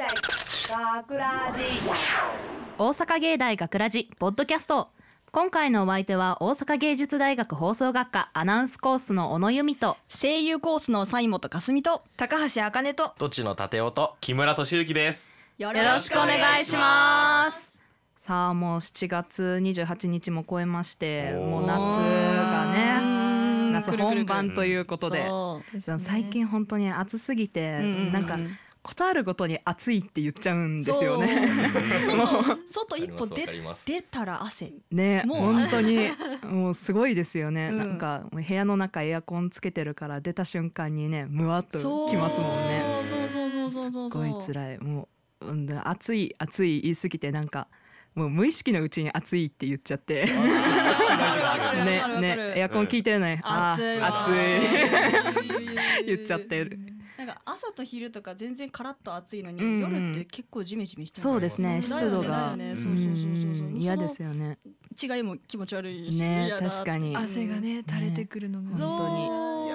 学ラジ大阪芸大学ラジポッドキャスト。今回のお相手は大阪芸術大学放送学科アナウンスコースの小野由美と声優コースの西本かすみと高橋茜とどっちの立雄と木村俊之です。 よよろしくお願いします。さあもう7月28日も超えまして、もう夏がね、夏本番ということで、最近本当に暑すぎて、なんかことあるごとに暑いって言っちゃうんですよね。 外一歩出たら汗ね、 もう本当にもうすごいですよね。なんか部屋の中エアコンつけてるから出た瞬間にねムワっときますもんね。すごい辛い。もう暑い言い過ぎてなんかもう無意識のうちに暑いって言っちゃってねエアコン効いてるね、暑い言っちゃってる。 なんか朝と昼とか全然カラッと暑いのに、夜って結構ジメジメしてる。 そうですね、湿度が嫌でですよね。 違いも気持ち悪いしね、確かに汗がね垂れてくるのが本当に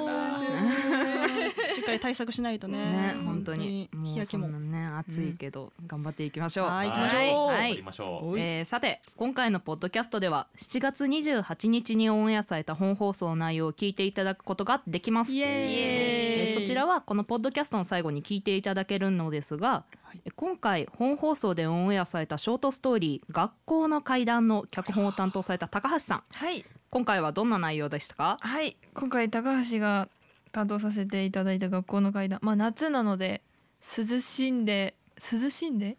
しっかり対策しないとね。 本当にもうそんなね暑いけど頑張っていきましょう。 はい、行きましょう。 頑張りましょう。 さて今回のポッドキャストでは7月28日にオンエアされた本放送の内容を聞いていただくことができます。 イエーイ。 そちらはこのポッドキャストの最後に聞いていただけるのですが、今回本放送でオンエアされたショートストーリー学校の怪談の脚本を担当された高橋さん、 はい、 今回はどんな内容でしたか？ はい、今回高橋が担当させていただいた学校の怪談、夏なので涼しんでちょっ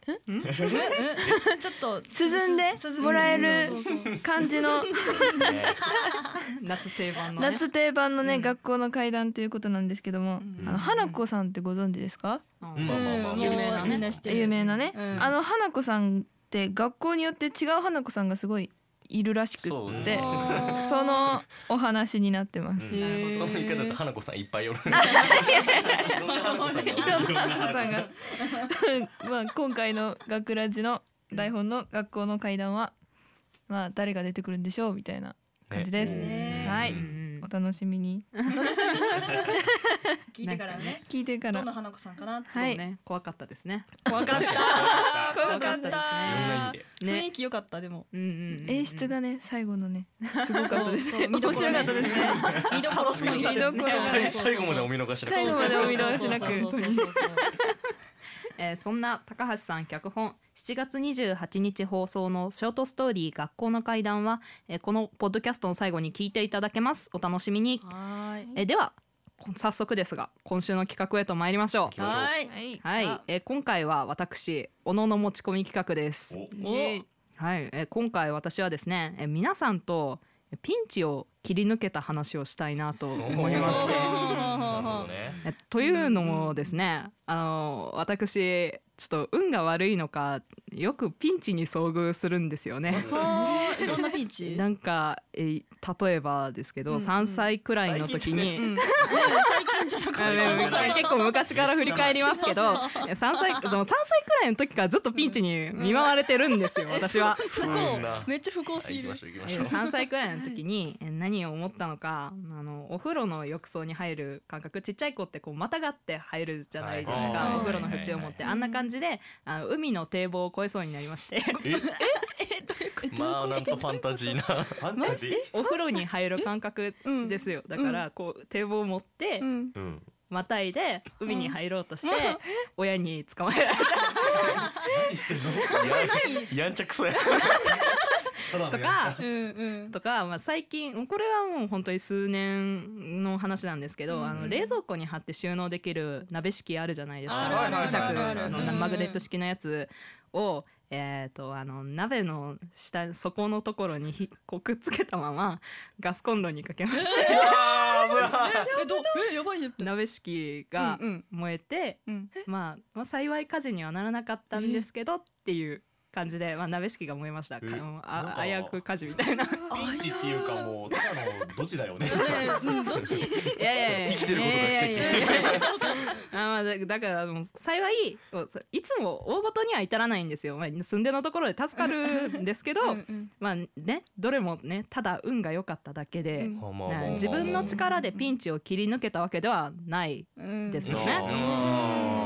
と涼んでもらえる感じの夏定番のね、学校の怪談ということなんですけども、花子さんってご存知ですか？有名なね、花子さんって学校によって違う花子さんがすごいいるらしくって、そのお話になってます。 その言い方だと花子さんいっぱいおる。 今回の学ラジの台本の学校の怪談は誰が出てくるんでしょうみたいな感じです。はい、お楽しみに。 聞いてからね。 聞いてから。 どんな花子さんかな。 そうね、怖かったですね。 怖かった。 ですね。 雰囲気良かったでも。 演出がね最後のねすごかったです。面白かったですね。 見どころしか見てない。 最後までお見逃しなく。 最後までお見逃しなく。 そんな高橋さん脚本7月28日放送のショートストーリー学校の怪談は、このポッドキャストの最後に聞いていただけます。お楽しみに。では早速ですが今週の企画へと参りましょう。はい、今回は私小野の持ち込み企画です。はい、今回私はですね、皆さんとピンチを切り抜けた話をしたいなと思いましてというのもですね、私ちょっと運が悪いのかよくピンチに遭遇するんですよね。 どんなピンチ？ なんか例えばですけど、3歳くらいの時に最近じゃなかった結構昔から振り返りますけど3歳くらいの時からずっとピンチに見舞われてるんですよ私は。 めっちゃ不幸すぎる。 3歳くらいの時に何を思ったのか、お風呂の浴槽に入る感覚、ちっちゃい子ってこうまたがって入るじゃないですか、お風呂の縁を持って、あんな感じで海の堤防を越えそうになりましてなんとファンタジーなお風呂に入る感覚ですよ。だからこう堤防を持ってまたいで海に入ろうとして親に捕まえられた。 何してんの？やんちゃくそやとか、最近これはもう本当に数年の話なんですけど、冷蔵庫に貼って収納できる鍋敷あるじゃないですか。磁石のマグネット式のやつを鍋の下底のところにこうくっつけたままガスコンロにかけましてやばいね。 鍋敷が燃えて、幸い火事にはならなかったんですけどっていう感じで、鍋敷が燃えました。危うく火事みたいな。 ピンチっていうかもうただのドジだよね。 ドジ。 いや生きてることが奇跡。 だから幸いいつも大ごとには至らないんですよ。住んでのところで助かるんですけどどれもねただ運が良かっただけで、自分の力でピンチを切り抜けたわけではないですよね。 確か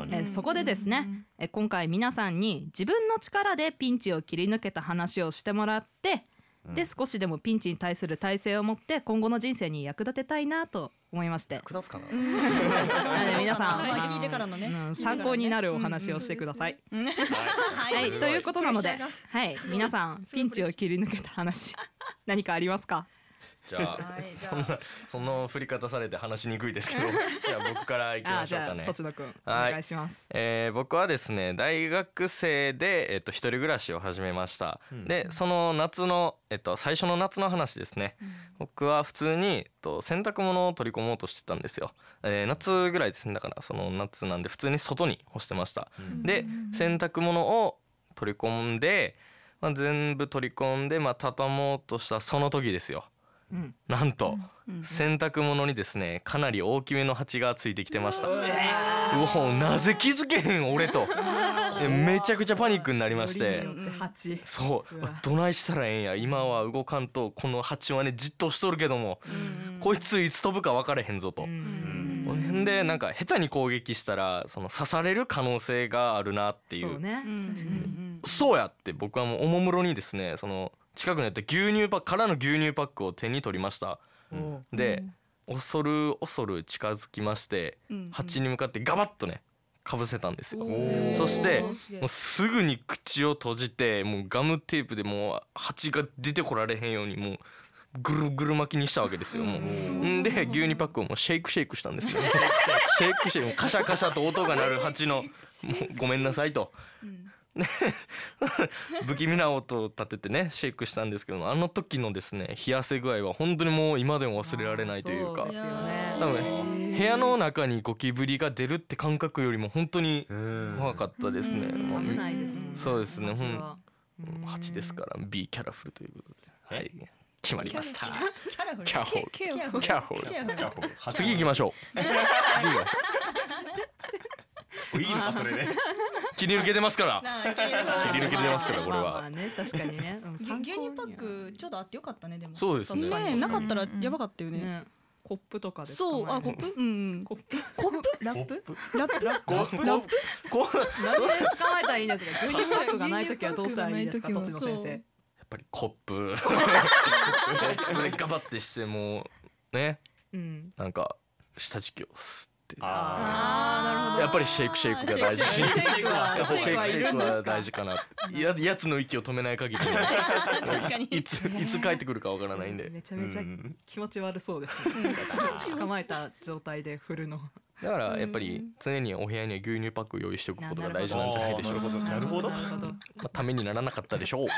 そこでですね、今回皆さんに自分の力でピンチを切り抜けた話をしてもらって、で少しでもピンチに対する耐性を持って今後の人生に役立てたいなと思いまして、 役立つかな。 皆さん聞いてからのね、 参考になるお話をしてください。はい、ということなので、はい、皆さんピンチを切り抜けた話何かありますか？ じゃあ、その振り方されて話しにくいですけど、じゃあ僕からいきましょうかね。 じゃあとちのくんおはい願いします。 僕はですね、大学生で一人暮らしを始めました。でその夏の最初の夏の話ですね。僕は普通に洗濯物を取り込もうとしてたんですよ。夏ぐらいですね。だからその夏なんで普通に外に干してました。で洗濯物を取り込んで、全部取り込んで畳もうとしたその時ですよ。なんと洗濯物にですね、かなり大きめの蜂がついてきてました。なぜ気づけへん俺とめちゃくちゃパニックになりまして、そうどないしたらええんや、今は動かんとこの蜂はねじっとしとるけども、こいついつ飛ぶか分かれへんぞと。でなんか下手に攻撃したらその刺される可能性があるなっていう。そうやって僕はもうおもむろにですね、その近くにあった牛乳パックからの牛乳パックを手に取りました。で恐る恐る近づきまして、蜂に向かってガバッとねかぶせたんですよ。そしてもうすぐに口を閉じて、もうガムテープでもう蜂が出てこられへんようにもうぐるぐる巻きにしたわけですよ。もうで牛乳パックをもうシェイクシェイクしたんですね。シェイクシェイク、カシャカシャと音が鳴る蜂のもうごめんなさいと。不気味な音を立ててねシェイクしたんですけども、あの時のですね冷やせ具合は本当にもう今でも忘れられないというか、多分部屋の中にゴキブリが出るって感覚よりも本当に怖かったですね。 危ないですもんね。 そうですね、蜂ですから Be careful ということで、はい、決まりました。キャホル。次行きましょう。 いいのかそれね。 切り抜けてますから。切り抜けてますからこれは。 確かにね。 牛乳パックちょうどあってよかったね。でもそうですね。 なかったらやばかったよね。 コップとかですか。 そう、コップ？コップ？ ラップ？ なんで捕まえたらいいんですか。牛乳パックがないときはどうしたらいいですか、とちの先生。 やっぱりコップ。ガバってしてもうね、なんか下敷きを吸って。やっぱりシェイクシェイクが大事。シェイクシェイクは大事かな。やつの息を止めない限りいつ帰ってくるかわからないんで。 めちゃめちゃ気持ち悪そうですね。捕まえた状態で振るの。 だからやっぱり常にお部屋には牛乳パックを用意しておくことが大事なんじゃないでしょうか。 なるほど。 ためにならなかったでしょう。はい。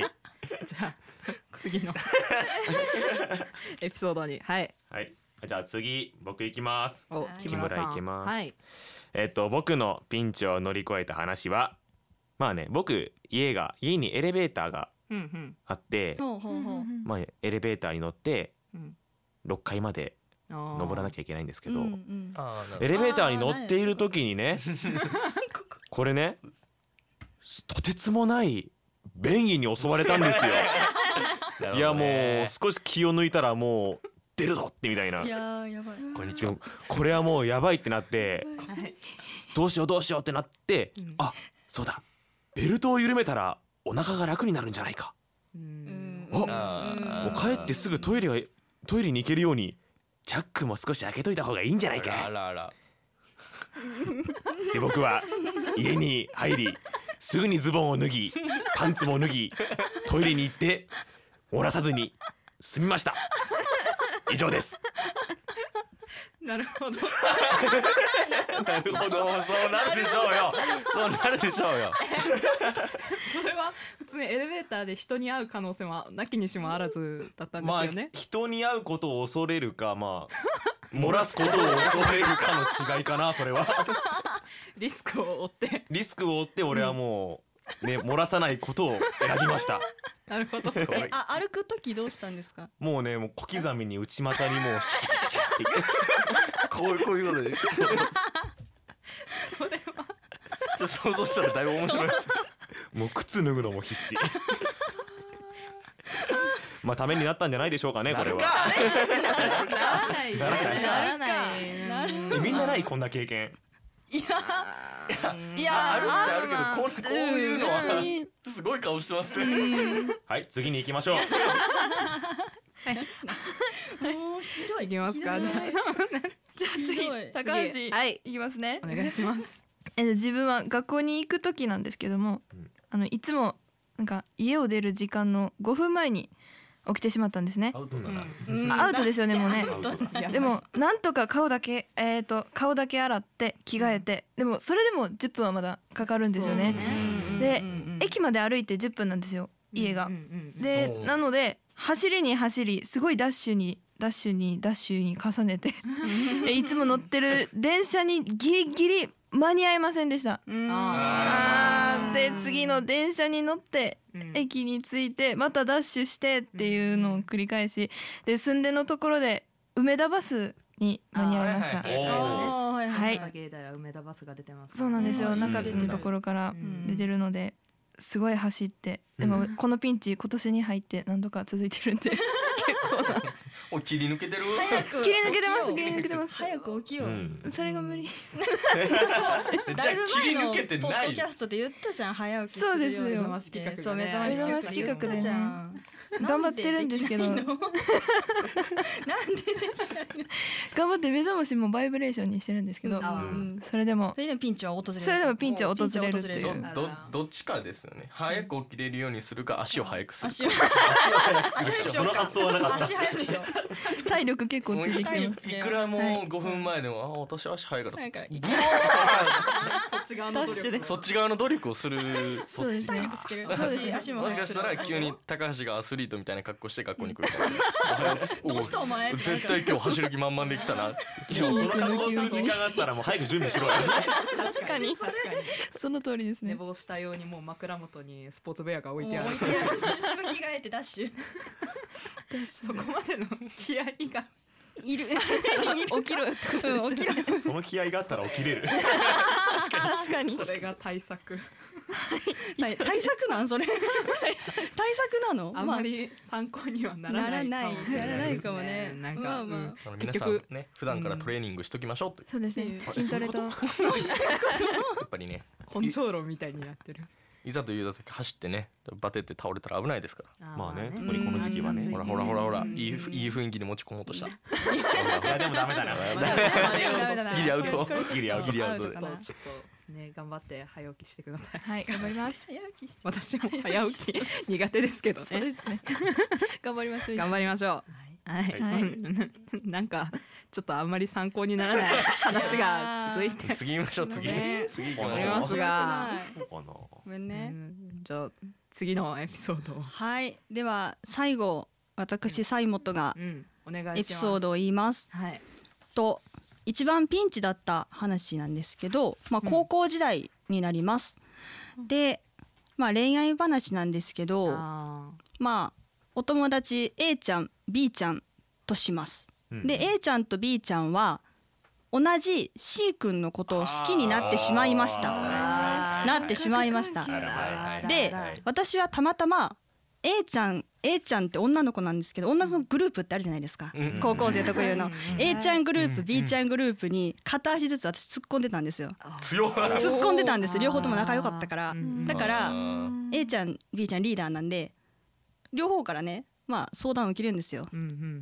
じゃあ次のエピソードにはい。 じゃあ次僕行きます。 木村行きます。僕のピンチを乗り越えた話は、まあね、僕家にエレベーターがあって、まあエレベーターに乗って6階まで登らなきゃいけないんですけど、エレベーターに乗っている時にね、これね、とてつもない便意に襲われたんですよ。いやもう少し気を抜いたらもう出るぞってみたいな。 いややばい。 こんにちは。 これはもうやばいってなって、どうしようってなって、あ、そうだ、ベルトを緩めたらお腹が楽になるんじゃないか。もう帰ってすぐトイレに行けるようにチャックも少し開けといた方がいいんじゃないか。で僕は家に入り、すぐにズボンを脱ぎパンツも脱ぎトイレに行って漏らさずに済みました。以上です。 なるほど。 なるほど。そうなるでしょうよ。そうなるでしょうよ。 それは普通にエレベーターで人に会う可能性はなきにしもあらずだったんですよね。 人に会うことを恐れるか、漏らすことを恐れるかの違いかな、それは。 リスクを負って俺はもうね、漏らさないことを選びました。 なるほど。 歩く時どうしたんですか。 もうね、もう小刻みに内股にもうシャシャシャシャってこういうことで。 それはちょっと想像したらだいぶ面白いです。 もう靴脱ぐのも必死。ためになったんじゃないでしょうかね、これは。 ならない。 みんなないこんな経験。 いやあるっちゃあるけど、こういうのはすごい顔してますね。 はい、次に行きましょう。 もうひどい。 いきますか。じゃあ次高橋はいいきますね。 お願いします。 自分は学校に行く時なんですけども、いつもなんか家を出る時間の5分前に起きてしまったんですね。 アウトだな。 アウトですよねもうね。 いやでもなんとか顔だけ洗って着替えて、でもそれでも10分はまだかかるんですよね。で駅まで歩いて10分なんですよ家が。でなので走りすごいダッシュに重ねていつも乗ってる電車にギリギリ間に合いませんでした。で次の電車に乗って駅に着いてまたダッシュしてっていうのを繰り返し、で住んでのところで梅田バスに間に合いました。 はい。芸大は梅田バスが出てます。 そうなんですよ。中津のところから出てるので、すごい走って、でもこのピンチ今年に入って何度か続いてるんで結構な。 お、切り抜けてる。 切り抜けてます。 早く起きよう。 それが無理。 だいぶ前のポッドキャストで言ったじゃん、早起きするよ。 そうですよ。 目覚まし企画でね。 頑張ってるんですけど。なんで頑張って目覚ましもバイブレーションにしてるんですけど、それでもピンチは訪れる。 それでもピンチは訪れるっていう。 どっちかですよね。早く起きれるようにするか、足を速くする。 足を速くする。 その発想はなかった。 体力結構ついてきてます。 いくらもう5分前でも、私足速いから。そっち側の努力をする。 そうですね。 足ももしかしたら急に高橋がアスリートみたいな格好して学校に来る。 どうしたお前。 絶対今日走る気満々で来たな。 その格好する時間があったらもう早く準備しろよ。 確かにその通りですね。 寝坊したようにもう枕元にスポーツウェアが置いてある。 すぐ着替えてダッシュ。 そこまでの気合がいる。 起きろってことです。 その気合があったら起きれる。 確かに。 それが対策。 対策なんそれ。対策なの？ あまり参考にはならないかもね。 なんか皆さんね、普段からトレーニングしときましょうと。 そうですね。筋トレと。やっぱりね、 根性論みたいになってる。 いざという時走ってね、バテって倒れたら危ないですから。 まあね、特にこの時期はね。 ほらいい雰囲気に持ち込もうとした。いやでもダメだな。 ギリアウト。ギリアウト。 ちょっとね、頑張って早起きしてください。 はい、頑張ります。 私も早起き苦手ですけどね。 そうですね。頑張りましょう。 頑張りましょう。はい。なんかちょっとあんまり参考にならない話が続いて。 次行きましょう。次行きますが。 ごめんね。 じゃあ次のエピソードを。 はい。では最後、私サイモトがエピソードを言います。 はい。 と。一番ピンチだった話なんですけど、高校時代になります。で、恋愛話なんですけど、お友達 A ちゃん B ちゃんとします。で A ちゃんと B ちゃんは同じ C 君のことを好きになってしまいました。で、私はたまたまA ちゃんって女の子なんですけど、女のグループってあるじゃないですか、高校生特有の A ちゃんグループ B ちゃんグループに片足ずつ私突っ込んでたんですよ。突っ込んでたんです。両方とも仲良かったから。だから A ちゃん B ちゃんリーダーなんで、両方からね相談を受けるんですよ。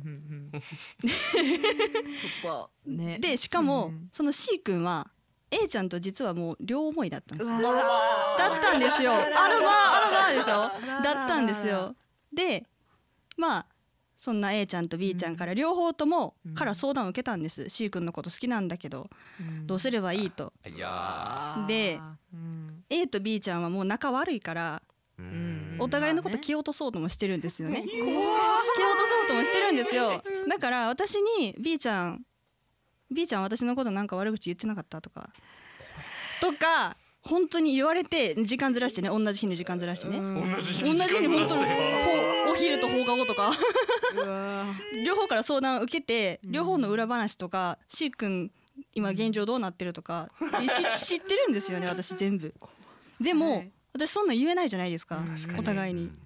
でしかもその C 君はA ちゃんと実はもう両思いだったんですよ。だったんですよ。あらまでしょ。だったんですよ。でそんな A ちゃんと B ちゃんから両方ともから相談を受けたんです。 C 君のこと好きなんだけどどうすればいいと。で A と B ちゃんはもう仲悪いからお互いのこと蹴落とそうともしてるんですよね。蹴落とそうともしてるんですよ。だから私に B ちゃん私のことなんか悪口言ってなかったとか本当に言われて、時間ずらしてね、同じ日に時間ずらしてね、同じ日に本当にお昼と放課後とか両方から相談を受けて、両方の裏話とか C 君今現状どうなってるとか知ってるんですよね、私全部。でも私そんな言えないじゃないですか、お互いに。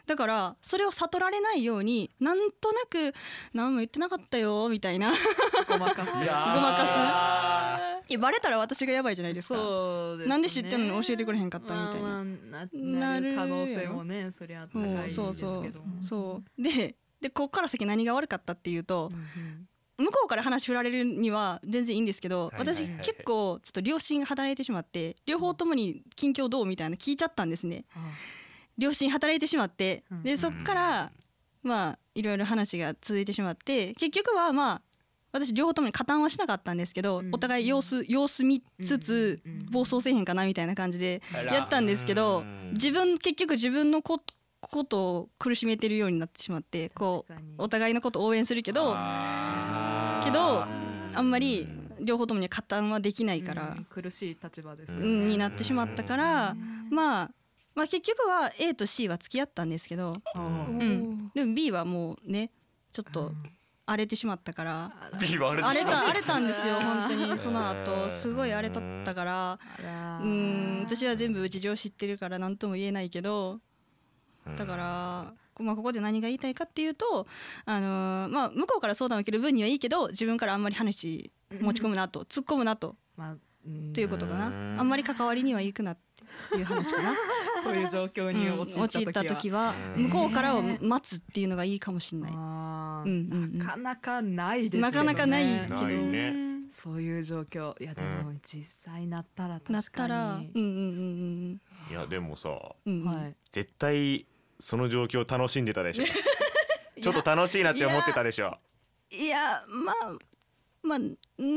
だからそれを悟られないようになんとなく何も言ってなかったよみたいなごまかすいやバレたら私がやばいじゃないですか。 そうですね、 なんで知ってんのに教えてくれへんかったみたいな、 なる可能性もねそりゃ高いですけど、 そうでここから先何が悪かったっていうと、向こうから話振られるには全然いいんですけど、私結構ちょっと両親働いてしまって両方ともに近況どうみたいな聞いちゃったんですね。両親働いてしまって、でそっからまあいろいろ話が続いてしまって、結局はまあ私両方ともに加担はしなかったんですけど、お互い様子見つつ暴走せえへんかなみたいな感じでやったんですけど、結局自分のことを苦しめてるようになってしまって、こうお互いのことを応援するけどあんまり両方ともに加担はできないから、 苦しい立場ですよね、になってしまったから、まあ結局は A と C は付き合ったんですけど、でも B はもうねちょっと荒れてしまったから、 B は荒れたんですよ本当に。その後すごい荒れたったから、私は全部事情知ってるから何とも言えないけど、だからここで何が言いたいかっていうと、向こうから相談を受ける分にはいいけど自分からあんまり話持ち込むなと突っ込むなと、っていうことかな。あんまり関わりにはいくなっていう話かな。 そういう状況に陥った時は向こうからを待つっていうのがいいかもしれない。 なかなかないですよね。 なかなかないけど、 そういう状況。いやでも実際なったら確かに。 いやでもさ、絶対その状況楽しんでたでしょ。ちょっと楽しいなって思ってたでしょ。 いやまあ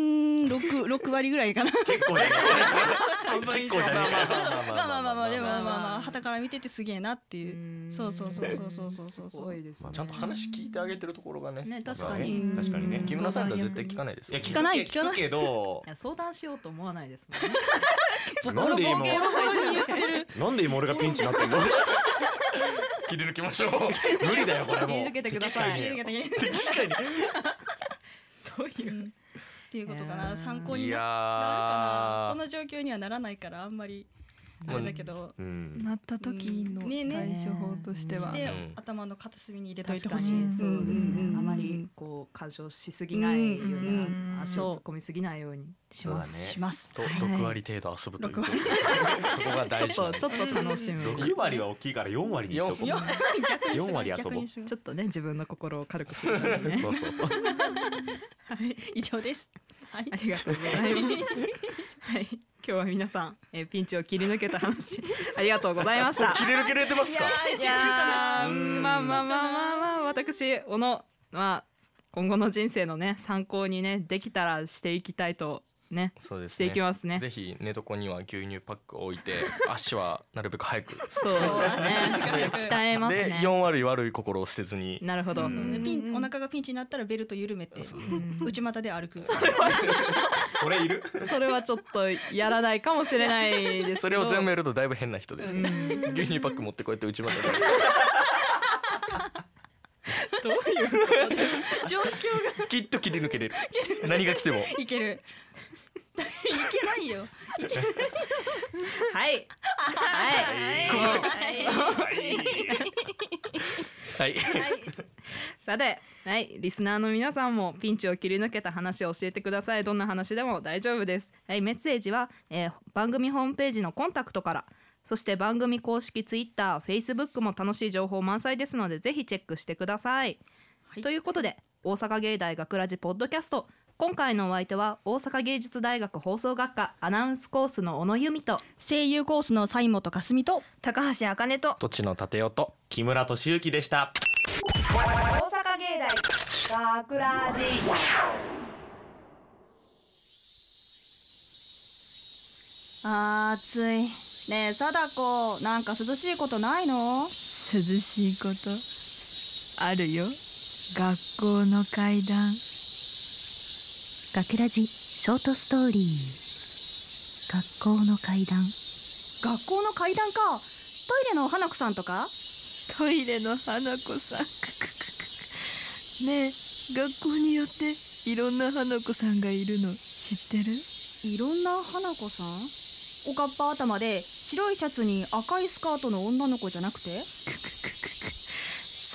6割ぐらいかな。 結構じゃねえか。 まあでも旗から見ててすげえなっていう。そうすごいですね。ちゃんと話聞いてあげてるところがね。 確かにね。 木村さんとは絶対聞かないです。 聞かないけど。 相談しようと思わないですもんね。 なんで今俺がピンチになってんの。 切り抜きましょう。 無理だよこれも。 切り抜けてください。 確かに。 どういうっていうことかな。参考になるかな。そんな状況にはならないからあんまりあれだけど、 なった時の対処法としては頭の片隅に入れといてほしい。 そうですね。あまりこう干渉しすぎないように、足を突っ込みすぎないようにします。 6割程度遊ぶということ。そこが大事。 ちょっと楽しむ。 6割は大きいから4割にしとこう。4割遊ぼう。 ちょっとね自分の心を軽くするためね。 そう。 はい、以上です。 ありがとうございます。はい、今日は皆さん、ピンチを切り抜けた話ありがとうございました。 切り抜けれてますか？ いやまあ私小野今後の人生のね参考にねできたらしていきたいとね、していきますね。 ぜひ寝床には牛乳パックを置いて足はなるべく早く。 そうですね。鍛えますね。 で4割悪い心を捨てずに。 なるほど。 お腹がピンチになったらベルト緩めて内股で歩く。 それいる？ それはちょっとやらないかもしれないですけど。 それを全部やるとだいぶ変な人ですけど。牛乳パック持ってこうやって内股で。 どういうこと状況がきっと切り抜けれる。何が来てもいける。いけないよ。 はいさて、リスナーの皆さんもピンチを切り抜けた話を教えてください。どんな話でも大丈夫です。メッセージは、番組ホームページのコンタクトから、そして番組公式ツイッター、フェイスブックも楽しい情報満載ですのでぜひチェックしてください。ということで大阪芸大学ラジポッドキャスト、今回のお相手は大阪芸術大学放送学科アナウンスコースの小野由美と声優コースの西本かすみと高橋あかねと土地の立夫と木村俊之でした。 大阪芸大学ラジ。 暑いねえ貞子、なんか涼しいことないの？ 涼しいことあるよ。学校の階段。 学ラジショートストーリー、学校の階段。 学校の階段か。トイレの花子さんとか？ トイレの花子さんねえ、学校によっていろんな花子さんがいるの知ってる？ いろんな花子さん？おかっぱ頭で白いシャツに赤いスカートの女の子じゃなくて？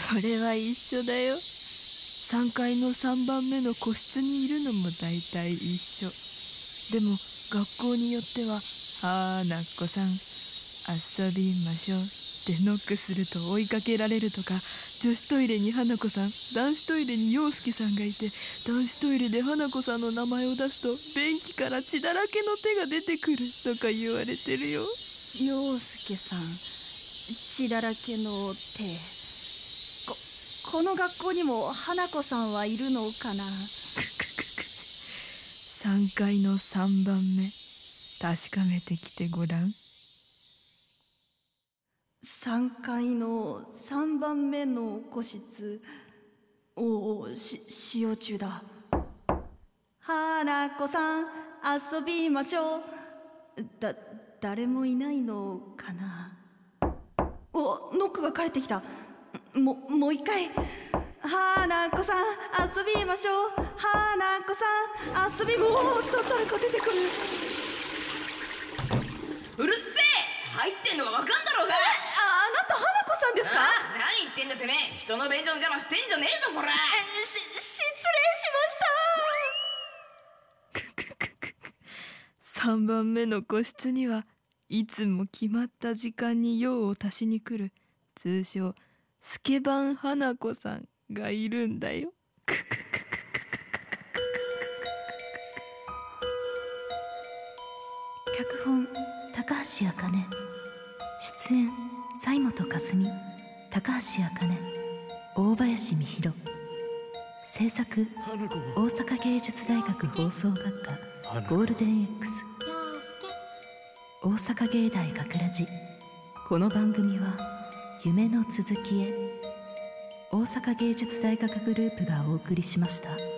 それは一緒だよ。3階の3番目の個室にいるのもだいたい一緒。でも学校によっては花子さん遊びましょうってノックすると追いかけられるとか、女子トイレに花子さん、男子トイレに陽介さんがいて、男子トイレで花子さんの名前を出すと便器から血だらけの手が出てくるとか言われてるよ。 陽介さん、血だらけの手。この学校にも花子さんはいるのかな。 3階の3番目確かめてきてごらん。 3階の3番目の個室。おお、使用中だ。花子さん遊びましょう。誰もいないのかな。お、ノックが返ってきた。もう一回。花子さん遊びましょう。花子さん遊びも誰か出てくる。 うるせえ、入ってんのがわかんだろうが。 あなた花子さんですか。 何言ってんだてめえ、人の便所の邪魔してんじゃねえぞこら。 失礼しました。 3番目の個室にはいつも決まった時間に用を足しに来る通称スケバン花子さんがいるんだよ。 脚本高橋茜、出演西本和美、高橋茜、大林美弘、制作大阪芸術大学放送学科ゴールデン X、 大阪芸大学ラジ。この番組は夢の続きへ大阪芸術大学グループがお送りしました。